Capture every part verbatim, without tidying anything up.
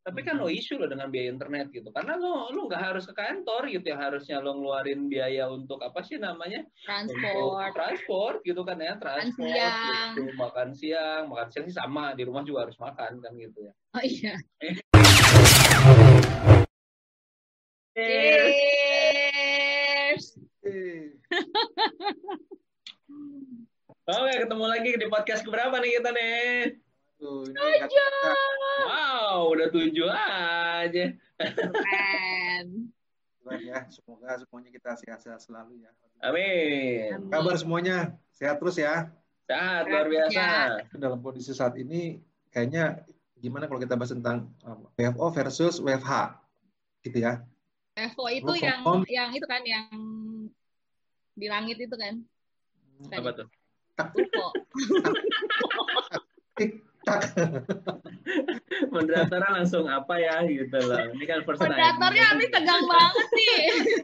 Tapi kan no issue loh dengan biaya internet gitu. Karena lo lo nggak harus ke kantor gitu yang harusnya lo ngeluarin biaya untuk apa sih namanya? Transport. Untuk transport gitu kan ya, transport gitu, makan siang, makan siang sih sama, di rumah juga harus makan kan gitu ya. Oh iya. Cheers. Oke, ketemu lagi di podcast keberapa nih kita nih? Tujuh. Wow, udah tujuh aja. Keren. Tuhan ya, semoga semuanya kita sehat-sehat selalu ya. Amin. Kabar semuanya sehat terus ya. Sehat luar biasa. Dalam kondisi saat ini kayaknya gimana kalau kita bahas tentang W F O versus W F H gitu ya. W F O itu yang home. yang itu kan yang di langit itu kan. Apa tuh? U F O. Tik-tak. Moderatornya langsung apa ya gitu loh. Ini kan first time. Moderatornya ini tegang banget nih.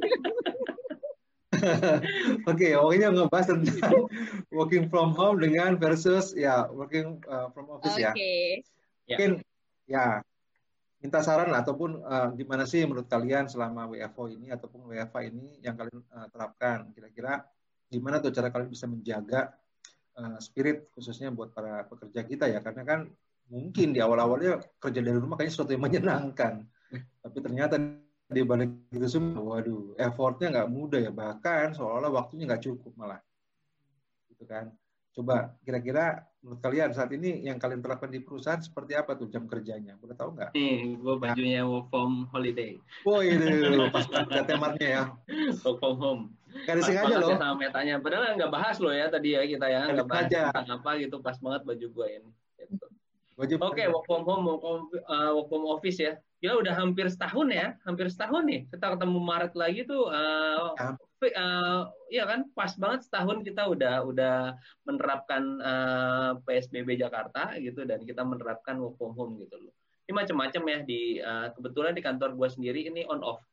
Oke, okay, pokoknya ngebahas tentang working from home dengan versus ya working uh, from office okay. ya. Mungkin ya minta saran lah, ataupun uh, gimana sih menurut kalian selama W F O ini ataupun W F H ini yang kalian uh, terapkan. Kira-kira gimana tuh cara kalian bisa menjaga uh, spirit khususnya buat para pekerja kita ya, karena kan mungkin di awal-awalnya kerja dari rumah kayaknya sesuatu yang menyenangkan, tapi ternyata di balik itu semua, waduh, effortnya nggak mudah ya, bahkan seolah-olah waktunya nggak cukup malah, gitu kan. Coba kira-kira menurut kalian saat ini yang kalian terapkan di perusahaan seperti apa tuh jam kerjanya? Boleh tahu nggak? Nih, gue bajunya work from holiday. Oh itu pas banget tematnya ya. Work from home. Gak disengaja loh. Sama metanya. Padahal nggak bahas loh ya tadi ya kita ya. Nggak bahas tentang apa gitu. Pas banget baju gue ini. Gitu. Oke, okay, work from home, work from, uh, work from office ya. Gila udah hampir setahun ya. Hampir setahun nih. Kita ketemu Maret lagi tuh. Uh, ya. Uh, ya kan, pas banget setahun kita udah udah menerapkan uh, P S B B Jakarta gitu, dan kita menerapkan work from home gitu loh. Ini macam-macam ya di uh, kebetulan di kantor gue sendiri ini on off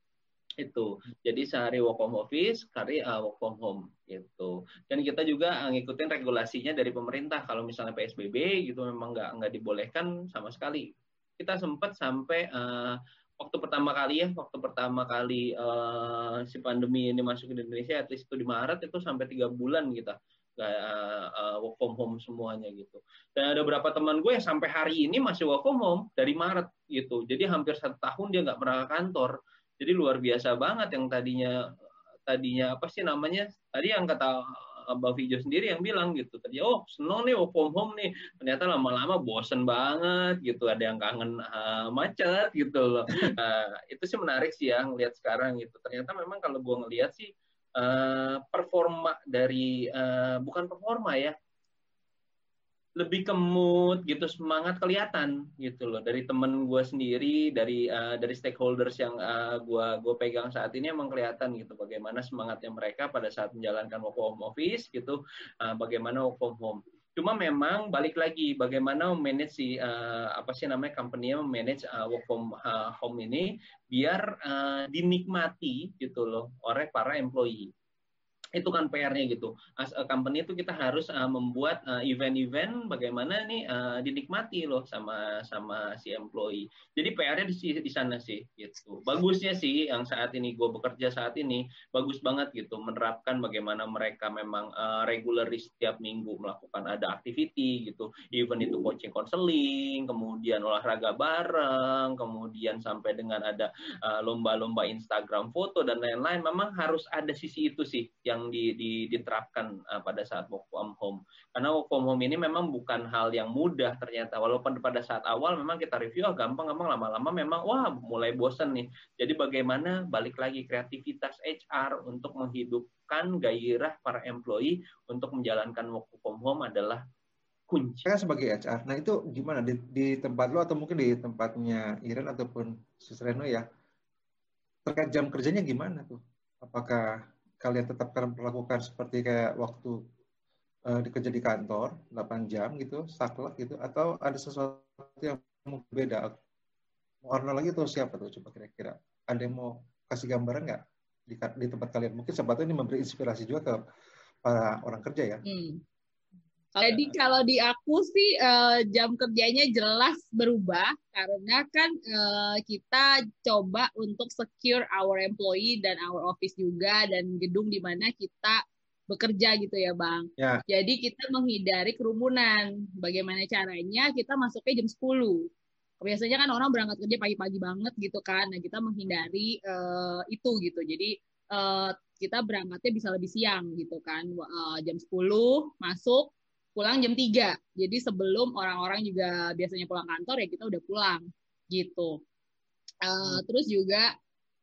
itu, jadi sehari work from office, hari uh, work from home gitu. Dan kita juga uh, ngikutin regulasinya dari pemerintah. Kalau misalnya P S B B gitu memang nggak nggak dibolehkan sama sekali. Kita sempat sampai uh, waktu pertama kali ya, waktu pertama kali uh, si pandemi ini masuk ke Indonesia, at least itu di Maret itu sampai tiga bulan kita uh, uh, work from home semuanya gitu. Dan ada beberapa teman gue yang sampai hari ini masih work from home dari Maret gitu. Jadi hampir satu tahun dia nggak pernah ke kantor. Jadi luar biasa banget yang tadinya tadinya apa sih namanya? Tadi yang kata Mbak Vijo sendiri yang bilang gitu. Tadi oh seneng nih work from home nih. Ternyata lama-lama bosen banget gitu. Ada yang kangen uh, macet gitu loh. Uh, itu sih menarik sih ya ngelihat sekarang gitu. Ternyata memang kalau gue ngelihat sih uh, performa dari uh, bukan performa ya. Lebih ke mood gitu, semangat kelihatan gitu loh dari temen gue sendiri, dari uh, dari stakeholders yang uh, gue gue pegang saat ini emang kelihatan gitu bagaimana semangatnya mereka pada saat menjalankan work from office gitu, uh, bagaimana work from home. Cuma memang balik lagi bagaimana manage si uh, apa sih namanya company-nya manage uh, work from uh, home ini biar uh, dinikmati gitu loh oleh para employee. Itu kan P R-nya gitu. As a company itu kita harus uh, membuat uh, event-event bagaimana nih uh, dinikmati loh sama sama si employee. Jadi P R-nya di, di sana sih gitu. Bagusnya sih yang saat ini gue bekerja saat ini bagus banget gitu menerapkan bagaimana mereka memang uh, regularly setiap minggu melakukan ada activity gitu. Event itu coaching counseling, kemudian olahraga bareng, kemudian sampai dengan ada uh, lomba-lomba Instagram foto dan lain-lain. Memang harus ada sisi itu sih yang Di, di, diterapkan uh, pada saat work from home. Karena work from home ini memang bukan hal yang mudah ternyata. Walaupun pada saat awal memang kita review, oh, gampang-gampang, lama-lama memang, wah mulai bosan nih. Jadi bagaimana balik lagi kreativitas H R untuk menghidupkan gairah para employee untuk menjalankan work from home adalah kunci. Saya sebagai H R, nah itu gimana di, di tempat lo atau mungkin di tempatnya Iren ataupun Sus Reno ya, terkait jam kerjanya gimana tuh? Apakah kalian tetap melakukan seperti kayak waktu uh, dikerja di kantor delapan jam gitu, saklek gitu, atau ada sesuatu yang beda? Mau Arnold lagi tuh siapa tuh coba kira-kira? Ada yang mau kasih gambaran nggak di, di tempat kalian? Mungkin sebetulnya ini memberi inspirasi juga ke para orang kerja ya. Hmm. Jadi kalau di aku sih uh, jam kerjanya jelas berubah karena kan uh, kita coba untuk secure our employee dan our office juga dan gedung di mana kita bekerja gitu ya Bang. Ya. Jadi kita menghindari kerumunan. Bagaimana caranya? Kita masuknya jam sepuluh. Biasanya kan orang berangkat kerja pagi-pagi banget gitu kan. Nah kita menghindari uh, itu gitu. Jadi uh, kita berangkatnya bisa lebih siang gitu kan. Uh, jam sepuluh masuk. Pulang jam tiga. Jadi sebelum orang-orang juga biasanya pulang kantor ya kita udah pulang gitu. Uh, terus juga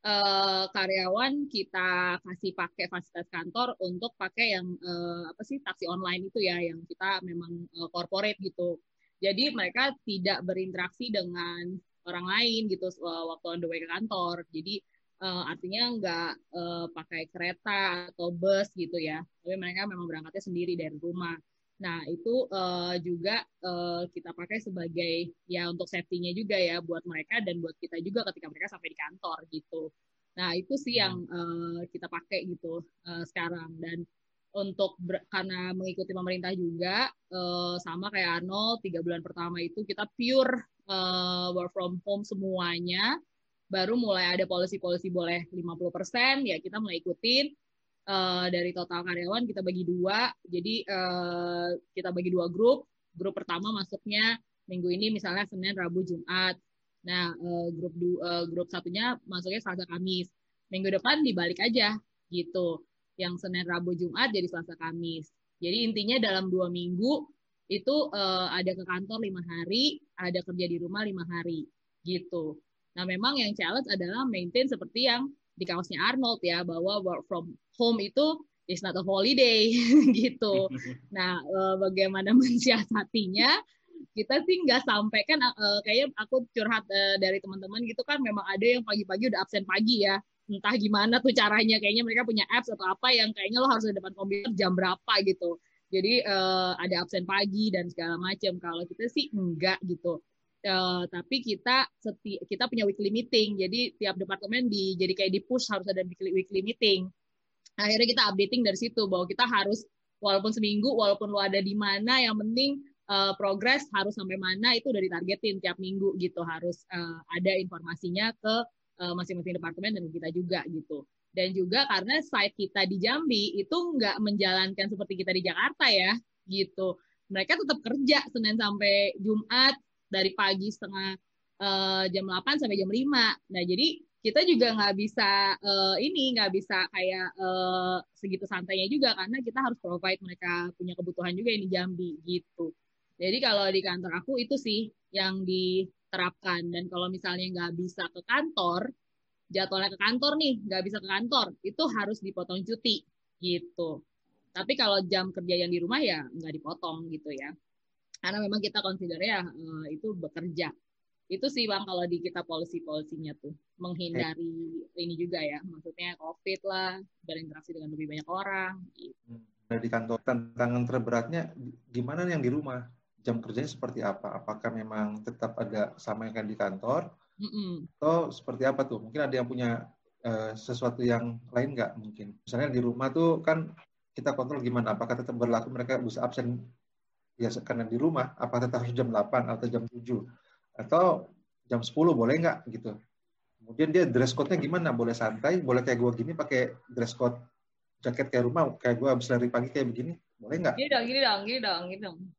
uh, karyawan kita kasih pakai fasilitas kantor untuk pakai yang uh, apa sih taksi online itu ya yang kita memang uh, corporate gitu. Jadi mereka tidak berinteraksi dengan orang lain gitu uh, waktu on the way ke kantor. Jadi uh, artinya nggak uh, pakai kereta atau bus gitu ya. Tapi mereka memang berangkatnya sendiri dari rumah. Nah, itu uh, juga uh, kita pakai sebagai ya untuk safety-nya juga ya buat mereka dan buat kita juga ketika mereka sampai di kantor gitu. Nah, itu sih yang uh, kita pakai gitu uh, sekarang. Dan untuk ber- karena mengikuti pemerintah juga uh, sama kayak Arnold, tiga bulan pertama itu kita pure uh, work from home semuanya. Baru mulai ada policy-policy boleh lima puluh persen, ya kita mulai ikutin. Uh, dari total karyawan kita bagi dua, jadi uh, kita bagi dua grup. Grup pertama masuknya minggu ini misalnya Senin, Rabu, Jumat. Nah uh, grup du, uh, grup satunya masuknya Selasa, Kamis. Minggu depan dibalik aja gitu. Yang Senin, Rabu, Jumat jadi Selasa, Kamis. Jadi intinya dalam dua minggu itu uh, ada ke kantor lima hari, ada kerja di rumah lima hari gitu. Nah memang yang challenge adalah maintain seperti yang di kaosnya Arnold ya, bahwa work from home itu is not a holiday gitu. Nah, uh, bagaimana mensiasatinya? Kita sih nggak sampai kan, uh, kayaknya aku curhat uh, dari teman-teman gitu kan, memang ada yang pagi-pagi udah absen pagi ya. Entah gimana tuh caranya, kayaknya mereka punya apps atau apa yang kayaknya lo harus di depan komputer jam berapa gitu. Jadi uh, ada absen pagi dan segala macam. Kalau kita sih enggak gitu. Uh, tapi kita seti- kita punya weekly meeting, jadi tiap departemen di jadi kayak di push harus ada weekly, weekly meeting. Akhirnya kita updating dari situ bahwa kita harus walaupun seminggu, walaupun lo ada di mana, yang penting uh, progress harus sampai mana itu udah ditargetin tiap minggu gitu, harus uh, ada informasinya ke uh, masing-masing departemen dan kita juga gitu. Dan juga karena site kita di Jambi itu nggak menjalankan seperti kita di Jakarta ya gitu. Mereka tetap kerja Senin sampai Jumat dari pagi setengah uh, jam delapan sampai jam lima. Nah, jadi kita juga nggak bisa uh, ini, nggak bisa kayak uh, segitu santainya juga karena kita harus provide mereka punya kebutuhan juga yang di Jambi gitu. Jadi kalau di kantor aku itu sih yang diterapkan. Dan kalau misalnya nggak bisa ke kantor, jadwalnya ke kantor nih, nggak bisa ke kantor, itu harus dipotong cuti gitu. Tapi kalau jam kerja yang di rumah ya nggak dipotong gitu ya. Karena memang kita consider ya uh, itu bekerja. Itu sih Bang kalau di kita policy-policy-nya tuh. Menghindari okay. ini juga ya. Maksudnya COVID lah, berinteraksi dengan lebih banyak orang. Gitu. Di kantor, tantangan terberatnya gimana yang di rumah? Jam kerjanya seperti apa? Apakah memang tetap ada sama yang kan di kantor? Mm-mm. Atau seperti apa tuh? Mungkin ada yang punya uh, sesuatu yang lain nggak mungkin? Misalnya di rumah tuh kan kita kontrol gimana? Apakah tetap berlaku mereka bisa absen ya karena di rumah, apa tetap harus jam delapan atau jam tujuh atau jam sepuluh boleh nggak gitu. Kemudian dia dress code-nya gimana? Boleh santai, boleh kayak gue gini pakai dress code jaket kayak rumah, kayak gue habis lari pagi kayak begini, boleh nggak? Gini dong, gini dong, gini dong, gini dong.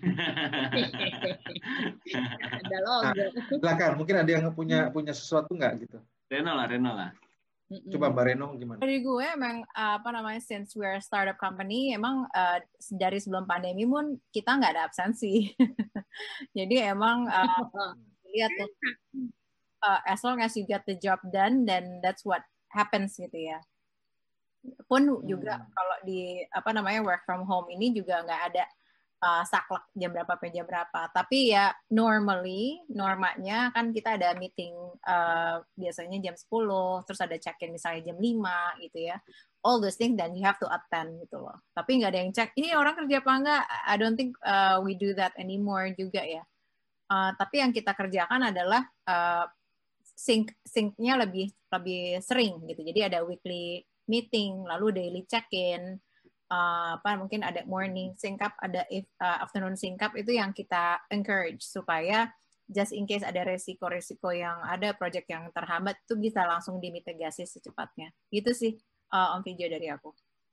Ada logo. Nah, silakan, mungkin ada yang punya punya sesuatu nggak gitu? Reno lah, Reno lah. Coba Mbak Reno gimana? Dari gue emang apa namanya, since we're a startup company, emang uh, dari sebelum pandemi pun kita nggak ada absensi. Jadi emang uh, lihat tuh, uh, as long as you get the job done, then that's what happens gitu ya. Pun juga hmm. kalau di apa namanya work from home ini juga nggak ada uh, saklek jam berapa sampai jam berapa. Tapi ya normally, normanya kan kita ada meeting uh, biasanya jam sepuluh, terus ada check-in misalnya jam lima gitu ya. All those things then you have to attend gitu loh. Tapi nggak ada yang cek, ini orang kerja apa enggak? I don't think uh, we do that anymore juga ya. Uh, tapi yang kita kerjakan adalah uh, sync sync-nya lebih lebih sering gitu. Jadi ada weekly meeting, lalu daily check-in, uh, apa mungkin ada morning sync up, ada uh, afternoon sync up, itu yang kita encourage supaya just in case ada resiko-resiko yang ada, project yang terhambat itu bisa langsung dimitigasi secepatnya. Gitu sih uh, Om Video dari aku.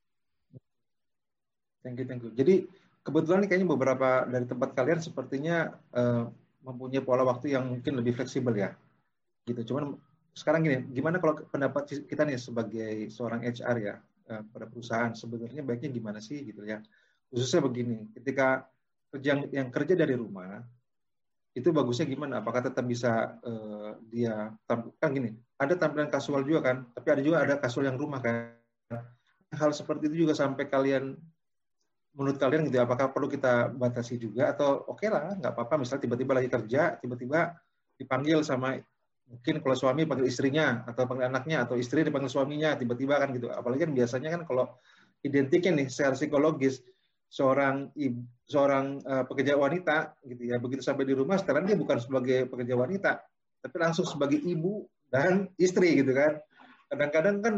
Thank you, thank you. Jadi kebetulan kayaknya beberapa dari tempat kalian sepertinya uh, mempunyai pola waktu yang mungkin lebih fleksibel ya. Gitu. Cuman sekarang gini, gimana kalau pendapat kita nih sebagai seorang H R ya uh, pada perusahaan, sebenarnya baiknya gimana sih gitu ya. Khususnya begini, ketika kerja yang, yang kerja dari rumah itu bagusnya gimana? Apakah tetap bisa uh, dia kan gini, ada tampilan kasual juga kan, tapi ada juga ada kasual yang rumah kan. Hal seperti itu juga sampai kalian, menurut kalian gitu, apakah perlu kita batasi juga atau oke okay lah, nggak apa-apa, misalnya tiba-tiba lagi kerja, tiba-tiba dipanggil sama, mungkin kalau suami panggil istrinya, atau panggil anaknya, atau istri dipanggil suaminya, tiba-tiba kan gitu. Apalagi kan biasanya kan kalau identiknya nih, secara psikologis, seorang ibu, seorang uh, pekerja wanita, gitu ya, begitu sampai di rumah, sekarang dia bukan sebagai pekerja wanita, tapi langsung sebagai ibu dan istri gitu kan. Kadang-kadang kan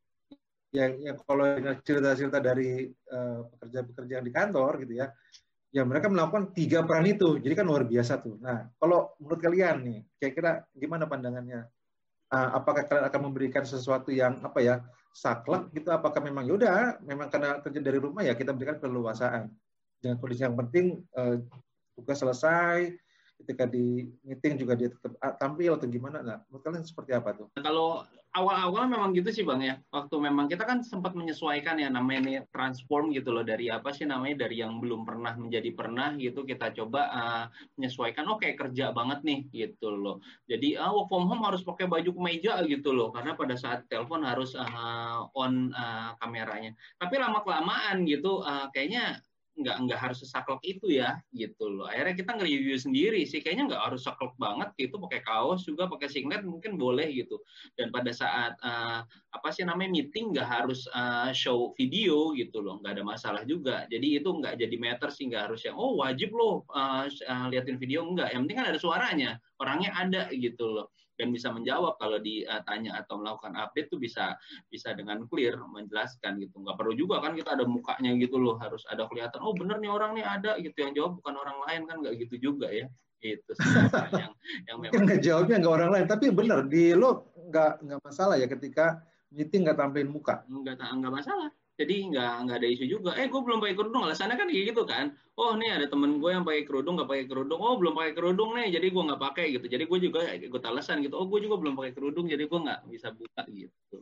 yang, yang kalau cerita-cerita dari uh, pekerja-pekerja yang di kantor gitu ya, ya mereka melakukan tiga peran itu, jadi kan luar biasa tuh. Nah, kalau menurut kalian nih, kira-kira gimana pandangannya? Uh, apakah kalian akan memberikan sesuatu yang apa ya, saklek gitu? Apakah memang yaudah, memang karena kerja dari rumah ya kita berikan keleluasaan. Dengan kondisi yang penting uh, tugas selesai, ketika di meeting juga dia tetap tampil atau gimana? Nah, menurut kalian seperti apa tuh? Kalau awal-awal memang gitu sih Bang ya. Waktu memang kita kan sempat menyesuaikan ya, namanya nih transform gitu loh, dari apa sih namanya, dari yang belum pernah menjadi pernah gitu, kita coba uh, menyesuaikan, oke okay, kerja banget nih gitu loh. Jadi uh, work from home harus pakai baju kemeja gitu loh, karena pada saat telepon harus uh, on uh, kameranya. Tapi lama-kelamaan gitu uh, kayaknya nggak nggak harus sesaklek itu ya gitu loh. Akhirnya kita nge-review sendiri sih, kayaknya nggak harus saklek banget gitu, pakai kaos juga, pakai singlet mungkin boleh gitu. Dan pada saat uh, apa sih namanya meeting nggak harus uh, show video gitu loh, nggak ada masalah juga. Jadi itu nggak jadi matter sih, nggak harus yang oh wajib loh uh, uh, liatin video, enggak. Yang penting kan ada suaranya, orangnya ada gitu loh, dan bisa menjawab kalau ditanya atau melakukan update tuh bisa bisa dengan clear menjelaskan gitu. Nggak perlu juga kan kita ada mukanya gitu loh, harus ada kelihatan oh bener nih orang nih ada gitu, yang jawab bukan orang lain kan, nggak gitu juga ya. Itu sih yang yang memang nggak jawabnya nggak orang lain, tapi bener di lo nggak nggak masalah ya ketika meeting nggak tampilin muka. Nggak nggak masalah. Jadi nggak nggak ada isu juga. Eh gue belum pakai kerudung, alasannya kan kayak gitu kan. Oh nih ada temen gue yang pakai kerudung, nggak pakai kerudung. Oh belum pakai kerudung nih, jadi gue nggak pakai gitu. Jadi gue juga ikut alasan gitu. Oh gue juga belum pakai kerudung, jadi gue nggak bisa buka gitu.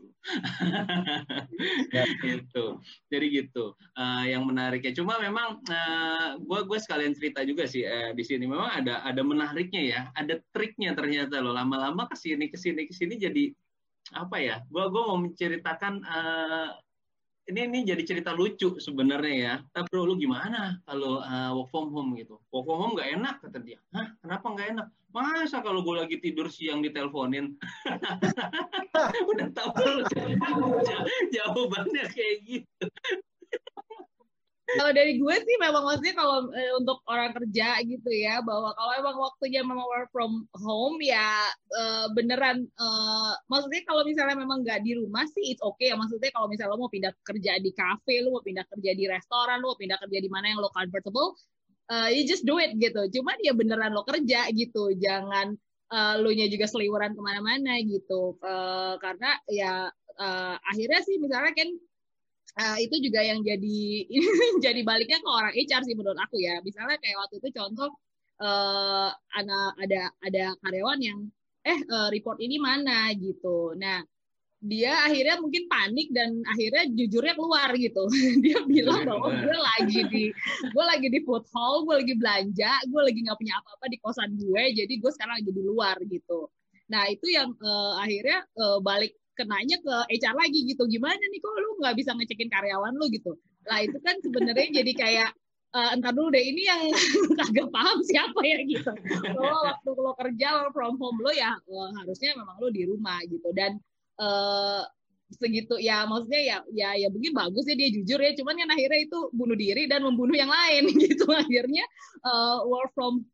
Ya. Gitu. Jadi gitu. Uh, yang menariknya. Cuma memang uh, gue gue sekalian cerita juga sih uh, di sini. Memang ada ada menariknya ya. Ada triknya ternyata loh. Lama-lama kesini kesini kesini jadi apa ya? Gue gue mau menceritakan. Uh, Ini ini jadi cerita lucu sebenarnya ya. Tapi bro, lu gimana kalau uh, work from home gitu? Work from home nggak enak kata dia. Hah? Kenapa nggak enak? Masa kalau gue lagi tidur siang diteleponin? Udah tahu lu jawabannya kayak gitu. Kalau dari gue sih memang maksudnya kalau e, untuk orang kerja gitu ya, bahwa kalau emang waktunya memang work from home ya e, beneran e, maksudnya kalau misalnya memang nggak di rumah sih it's okay ya. Maksudnya kalau misalnya lo mau pindah kerja di cafe, lo mau pindah kerja di restoran, lo mau pindah kerja di mana yang lo comfortable, uh, you just do it gitu. Cuman ya beneran lo kerja gitu, jangan uh, lo nya juga seliweran kemana-mana gitu. Uh, karena ya uh, akhirnya sih misalnya kan Uh, itu juga yang jadi jadi baliknya ke orang H R sih menurut aku ya. Misalnya kayak waktu itu contoh uh, ada ada ada karyawan yang eh uh, report ini mana gitu. Nah dia akhirnya mungkin panik dan akhirnya jujurnya keluar gitu. Dia bilang bahwa gue lagi di gue lagi di food hall, gue lagi belanja, gue lagi nggak punya apa-apa di kosan gue, jadi gue sekarang lagi di luar gitu. Nah itu yang uh, akhirnya uh, balik kenanya ke H R lagi gitu, gimana nih kok lu nggak bisa ngecekin karyawan lu gitu. Lah itu kan sebenarnya jadi kayak uh, entar dulu deh ini yang kagak paham siapa ya gitu. Lo waktu lo kerja lo from home lo ya lo, harusnya memang lo di rumah gitu. Dan uh, segitu ya maksudnya ya ya ya begini bagus ya dia jujur ya, cuman kan akhirnya itu bunuh diri dan membunuh yang lain gitu. Akhirnya uh, work from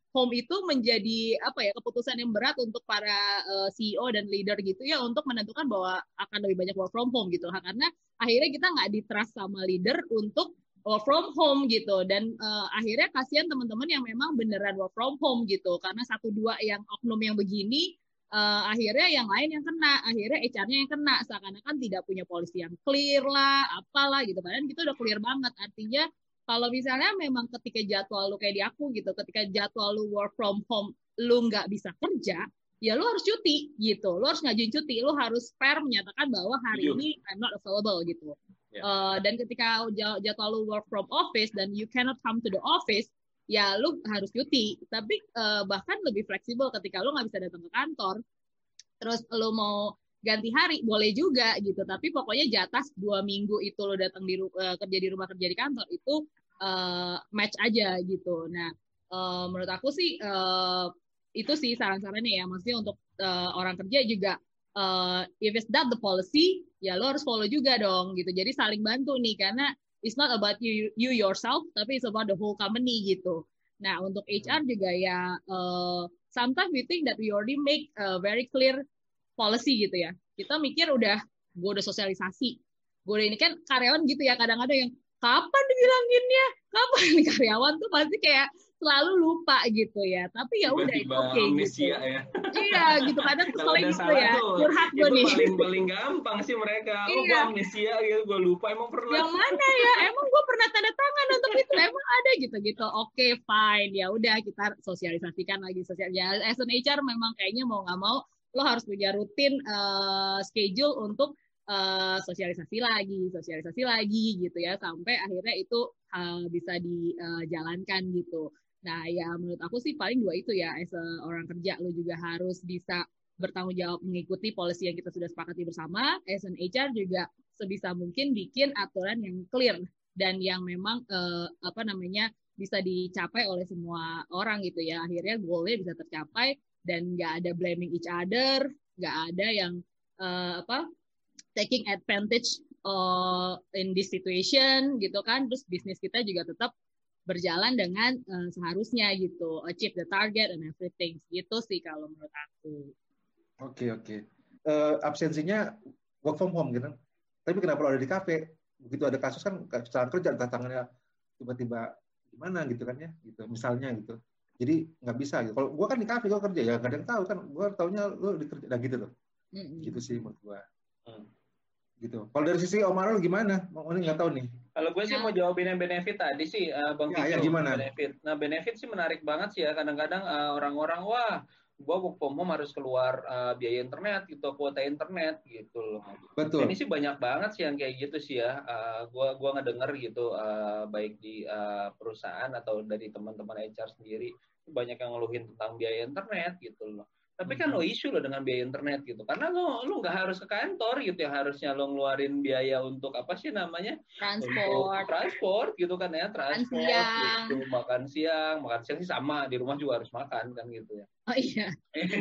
home itu menjadi apa ya keputusan yang berat untuk para uh, C E O dan leader gitu ya untuk menentukan bahwa akan lebih banyak work from home gitu karena akhirnya kita nggak ditrust sama leader untuk work from home gitu dan uh, akhirnya kasihan teman-teman yang memang beneran work from home gitu karena satu dua yang oknum yang begini uh, akhirnya yang lain yang kena akhirnya H R-nya yang kena seakan-akan tidak punya polisi yang clear lah apalah gitu padahal kita udah clear banget artinya kalau misalnya memang ketika jadwal lu kayak di aku gitu ketika jadwal lu work from home lu nggak bisa kerja ya lu harus cuti gitu lu harus ngajuin cuti lu harus fair menyatakan bahwa hari ini I'm not available gitu. Yeah. Uh, dan ketika jadwal lu work from office dan you cannot come to the office, ya lu harus cuti. Tapi uh, bahkan lebih fleksibel ketika lu nggak bisa datang ke kantor, terus lu mau ganti hari boleh juga gitu. Tapi pokoknya jatah dua minggu itu lu datang di uh, kerja di rumah kerja di kantor itu uh, match aja gitu. Nah uh, menurut aku sih uh, itu sih saran-sarannya ya, maksudnya untuk uh, orang kerja juga. Uh, if it's not the policy, ya lo harus follow juga dong gitu. Jadi saling bantu nih karena it's not about you you yourself, tapi it's about the whole company gitu. Nah untuk H R juga ya, uh, sometimes we think that we already make a very clear policy gitu ya. Kita mikir udah, gue udah sosialisasi, gue udah ini kan karyawan gitu ya. Kadang-kadang yang kapan dibilanginnya, kapan karyawan tuh pasti kayak selalu lupa gitu ya. Tapi ya udah itu oke okay, gitu. Ya. Iya gitu kadang keselnya gitu ya. Curhat gue nih. Paling paling gampang sih mereka. Oh gue iya. amnesia gitu, gue lupa emang pernah. Yang mana ya? Emang gue pernah tanda tangan untuk itu? Emang ada gitu-gitu. Oke okay, fine ya udah kita sosialisasikan lagi sosial. Ya as an H R memang kayaknya mau nggak mau lo harus punya rutin uh, schedule untuk uh, sosialisasi lagi, sosialisasi lagi gitu ya sampai akhirnya itu uh, bisa dijalankan uh, gitu. Nah ya menurut aku sih paling dua itu ya as a orang kerja lo juga harus bisa bertanggung jawab mengikuti policy yang kita sudah sepakati bersama. As an H R juga sebisa mungkin bikin aturan yang clear dan yang memang uh, apa namanya bisa dicapai oleh semua orang gitu ya. Akhirnya goalnya bisa tercapai dan nggak ada blaming each other, nggak ada yang uh, apa taking advantage uh, in this situation gitu kan. Terus bisnis kita juga tetap berjalan dengan uh, seharusnya gitu, achieve the target and everything gitu sih kalau menurut aku. Oke okay, oke. Okay. Uh, absensinya work from home gitu. Tapi kenapa lo ada di kafe? Begitu ada kasus kan kesalahan kerja, tantangannya tiba-tiba gimana gitu kan ya, gitu misalnya gitu. Jadi nggak bisa gitu. Kalau gue kan di kafe gue kerja ya, nggak ada yang tahu kan. Gue taunya lo di kerja, nah gitu loh. Mm-hmm. Gitu sih menurut gue. Hmm. Gitu. Kalau dari sisi Om Arul gimana? Mau ini nggak tahu nih. Kalau gue sih mau jawabin yang benefit tadi sih, uh, Bang ya, ya, gimana? Benefit. Nah benefit sih menarik banget sih ya. Kadang-kadang uh, orang-orang wah, gue work from home harus keluar uh, biaya internet gitu, kuota internet gitu loh. Betul. Ini sih banyak banget sih yang kayak gitu sih ya. Uh, gue gue ngedenger gitu, uh, baik di uh, perusahaan atau dari teman-teman H R sendiri banyak yang ngeluhin tentang biaya internet gitu loh. Tapi kan no issue loh dengan biaya internet gitu. Karena lo lo nggak harus ke kantor gitu ya. Harusnya lo ngeluarin biaya untuk apa sih namanya? Transport. Transport gitu kan ya. Transport makan siang. Gitu. Makan siang. Makan siang sih sama. Di rumah juga harus makan kan gitu ya. Oh iya.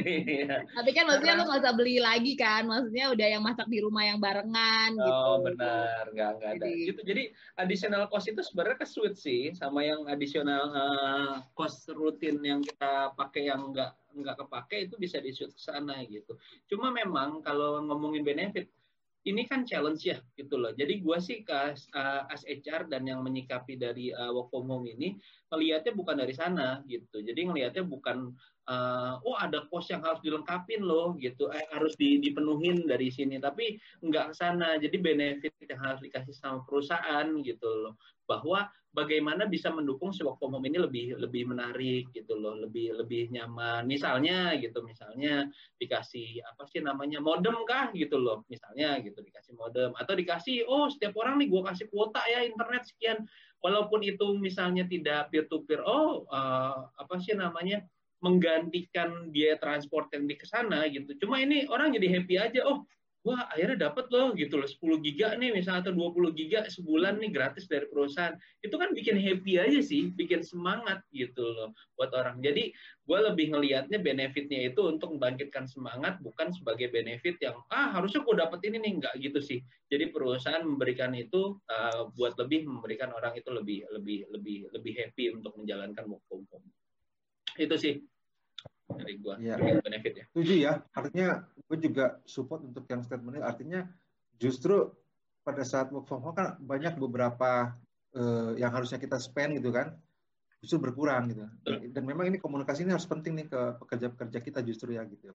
Tapi kan maksudnya lo nggak usah beli lagi kan. Maksudnya udah yang masak di rumah yang barengan gitu. Oh benar. Nggak, nggak ada. Jadi, gitu. Jadi additional cost itu sebenarnya kesuit sih. Sama yang additional uh, cost rutin yang kita pakai yang nggak nggak kepake itu bisa di-shoot ke sana gitu. Cuma memang kalau ngomongin benefit, ini kan challenge ya gitu loh. Jadi gue sih as, uh, as H R dan yang menyikapi dari uh, work from home ini, ngelihatnya bukan dari sana gitu. Jadi ngelihatnya bukan, uh, oh ada cost yang harus dilengkapin loh gitu, eh, harus di, dipenuhin dari sini. Tapi nggak ke sana. Jadi benefit yang harus dikasih sama perusahaan gitu loh. Bahwa bagaimana bisa mendukung si work from home ini lebih lebih menarik gitu loh, lebih lebih nyaman. Misalnya gitu, misalnya dikasih apa sih namanya modem kah gitu loh, misalnya gitu dikasih modem atau dikasih oh setiap orang nih gue kasih kuota ya internet sekian, walaupun itu misalnya tidak peer to peer, oh uh, apa sih namanya menggantikan biaya transport yang di kesana gitu. Cuma ini orang jadi happy aja, oh wah akhirnya dapat loh gitu loh sepuluh giga nih misalnya atau dua puluh giga sebulan nih gratis dari perusahaan. Itu kan bikin happy aja sih, bikin semangat gitu loh buat orang. Jadi gue lebih ngelihatnya benefitnya itu untuk membangkitkan semangat, bukan sebagai benefit yang ah harusnya gue dapet ini nih, enggak gitu sih. Jadi perusahaan memberikan itu uh, buat lebih memberikan orang itu lebih lebih lebih lebih happy untuk menjalankan work from home. Itu sih dari gue ya. benefit ya. Setuju ya. Artinya gue juga support untuk yang statement ini. Artinya justru pada saat work from home kan banyak beberapa uh, yang harusnya kita spend gitu kan, justru berkurang gitu. Dan, dan memang ini komunikasi ini harus penting nih ke pekerja-pekerja kita justru ya gitu.